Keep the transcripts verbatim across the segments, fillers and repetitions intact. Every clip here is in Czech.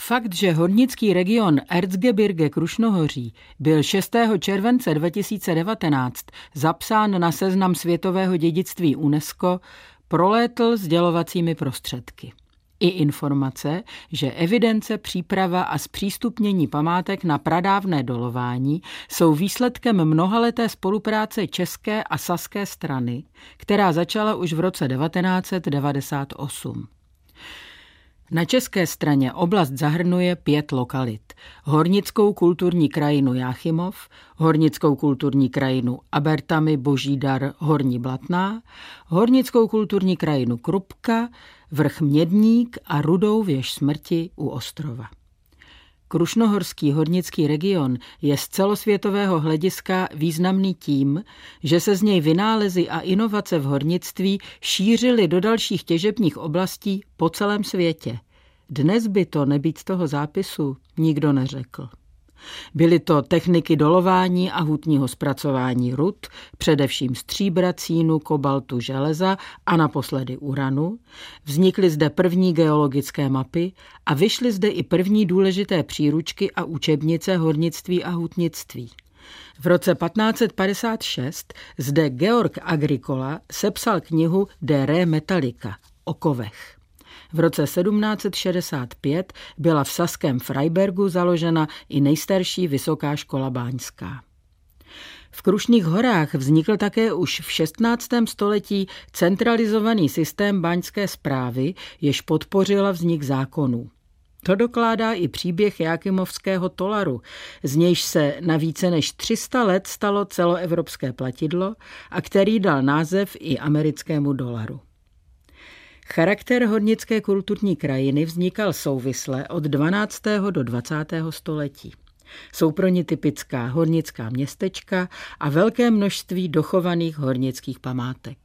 Fakt, že hornický region Erzgebirge Krušnohoří byl šestého července dva tisíce devatenáct zapsán na seznam světového dědictví UNESCO, prolétl sdělovacími prostředky. I informace, že evidence, příprava a zpřístupnění památek na pradávné dolování jsou výsledkem mnohaleté spolupráce české a saské strany, která začala už v roce devatenáct set devadesát osm. Na české straně oblast zahrnuje pět lokalit. Hornickou kulturní krajinu Jáchymov, hornickou kulturní krajinu Abertamy, Boží Dar, Horní Blatná, hornickou kulturní krajinu Krupka, vrch Mědník a Rudou věž smrti u Ostrova. Krušnohorský hornický region je z celosvětového hlediska významný tím, že se z něj vynálezy a inovace v hornictví šířily do dalších těžebních oblastí po celém světě. Dnes by to, nebýt toho zápisu, nikdo neřekl. Byly to techniky dolování a hutního zpracování rud, především stříbra, cínu, kobaltu, železa a naposledy uranu. Vznikly zde první geologické mapy a vyšly zde i první důležité příručky a učebnice hornictví a hutnictví. V roce patnáct set padesát šest zde Georg Agricola sepsal knihu De Re Metallica o kovech. V roce sedmnáct set šedesát pět byla v saském Freibergu založena i nejstarší vysoká škola báňská. V Krušných horách vznikl také už v šestnáctém století centralizovaný systém báňské správy, jež podpořila vznik zákonů. To dokládá i příběh Jáchymovského tolaru, z nějž se na více než tři sta let stalo celoevropské platidlo a který dal název i americkému dolaru. Charakter hornické kulturní krajiny vznikal souvisle od dvanáctého do dvacátého století. Jsou pro ní typická hornická městečka a velké množství dochovaných hornických památek.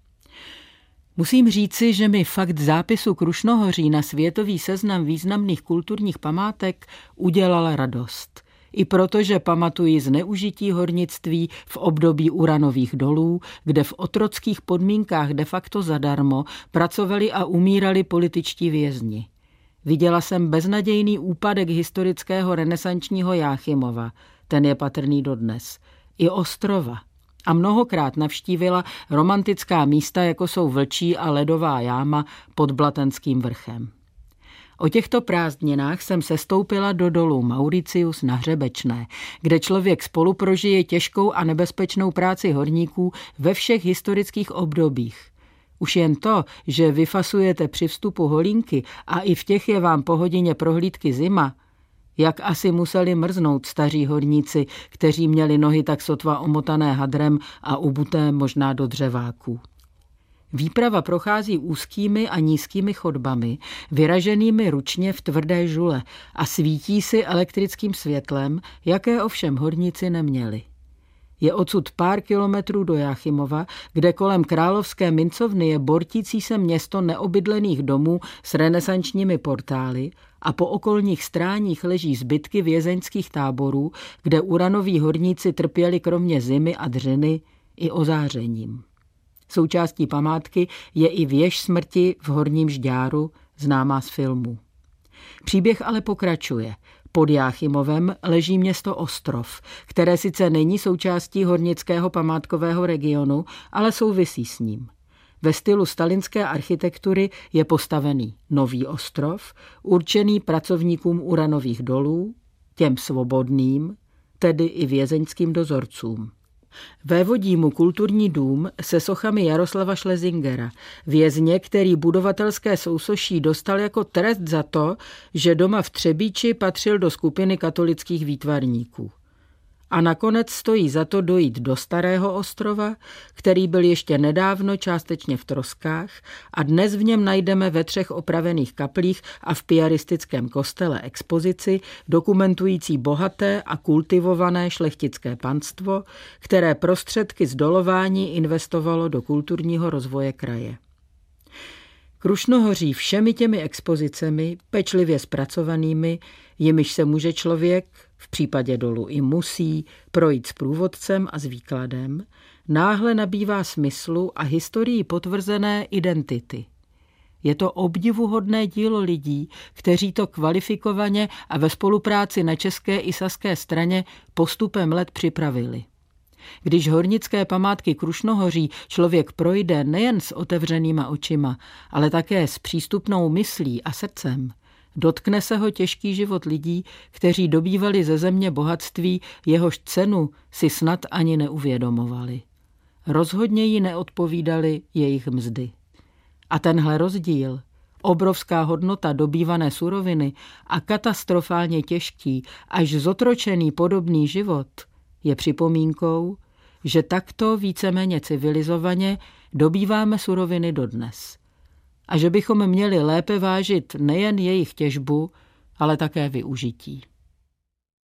Musím říci, že mi fakt zápisu Krušnohoří na světový seznam významných kulturních památek udělala radost. I protože pamatuji zneužití hornictví v období uranových dolů, kde v otrockých podmínkách de facto zadarmo pracovali a umírali političtí vězni. Viděla jsem beznadějný úpadek historického renesančního Jáchymova, ten je patrný dodnes, i Ostrova. A mnohokrát navštívila romantická místa, jako jsou Vlčí a Ledová jáma pod Blatenským vrchem. O těchto prázdninách jsem sestoupila do dolu Mauricius na Hřebečné, kde člověk spoluprožije těžkou a nebezpečnou práci horníků ve všech historických obdobích. Už jen to, že vyfasujete při vstupu holínky a i v těch je vám po hodině prohlídky zima, jak asi museli mrznout staří horníci, kteří měli nohy tak sotva omotané hadrem a ubuté možná do dřeváků. Výprava prochází úzkými a nízkými chodbami, vyraženými ručně v tvrdé žule a svítí si elektrickým světlem, jaké ovšem horníci neměli. Je odsud pár kilometrů do Jáchymova, kde kolem královské mincovny je bortící se město neobydlených domů s renesančními portály a po okolních stráních leží zbytky vězeňských táborů, kde uranoví horníci trpěli kromě zimy a dřiny i ozářením. Součástí památky je i věž smrti v Horním Žďáru, známá z filmu. Příběh ale pokračuje. Pod Jáchymovem leží město Ostrov, které sice není součástí hornického památkového regionu, ale souvisí s ním. Ve stylu stalinské architektury je postavený nový ostrov, určený pracovníkům uranových dolů, těm svobodným, tedy i vězeňským dozorcům. Vévodí mu kulturní dům se sochami Jaroslava Schlesingera, vězně, který budovatelské sousoší dostal jako trest za to, že doma v Třebíči patřil do skupiny katolických výtvarníků. A nakonec stojí za to dojít do Starého Ostrova, který byl ještě nedávno částečně v troskách a dnes v něm najdeme ve třech opravených kaplích a v piaristickém kostele expozici dokumentující bohaté a kultivované šlechtické panstvo, které prostředky z dolování investovalo do kulturního rozvoje kraje. Krušnohoří všemi těmi expozicemi, pečlivě zpracovanými, jimiž se může člověk, v případě dolu i musí, projít s průvodcem a s výkladem, náhle nabývá smyslu a historií potvrzené identity. Je to obdivuhodné dílo lidí, kteří to kvalifikovaně a ve spolupráci na české i saské straně postupem let připravili. Když hornické památky Krušnohoří člověk projde nejen s otevřenýma očima, ale také s přístupnou myslí a srdcem, dotkne se ho těžký život lidí, kteří dobývali ze země bohatství, jehož cenu si snad ani neuvědomovali. Rozhodně jí neodpovídaly jejich mzdy. A tenhle rozdíl, obrovská hodnota dobývané suroviny a katastrofálně těžký, až zotročený podobný život, je připomínkou, že takto víceméně civilizovaně dobýváme suroviny dodnes. A že bychom měli lépe vážit nejen jejich těžbu, ale také využití.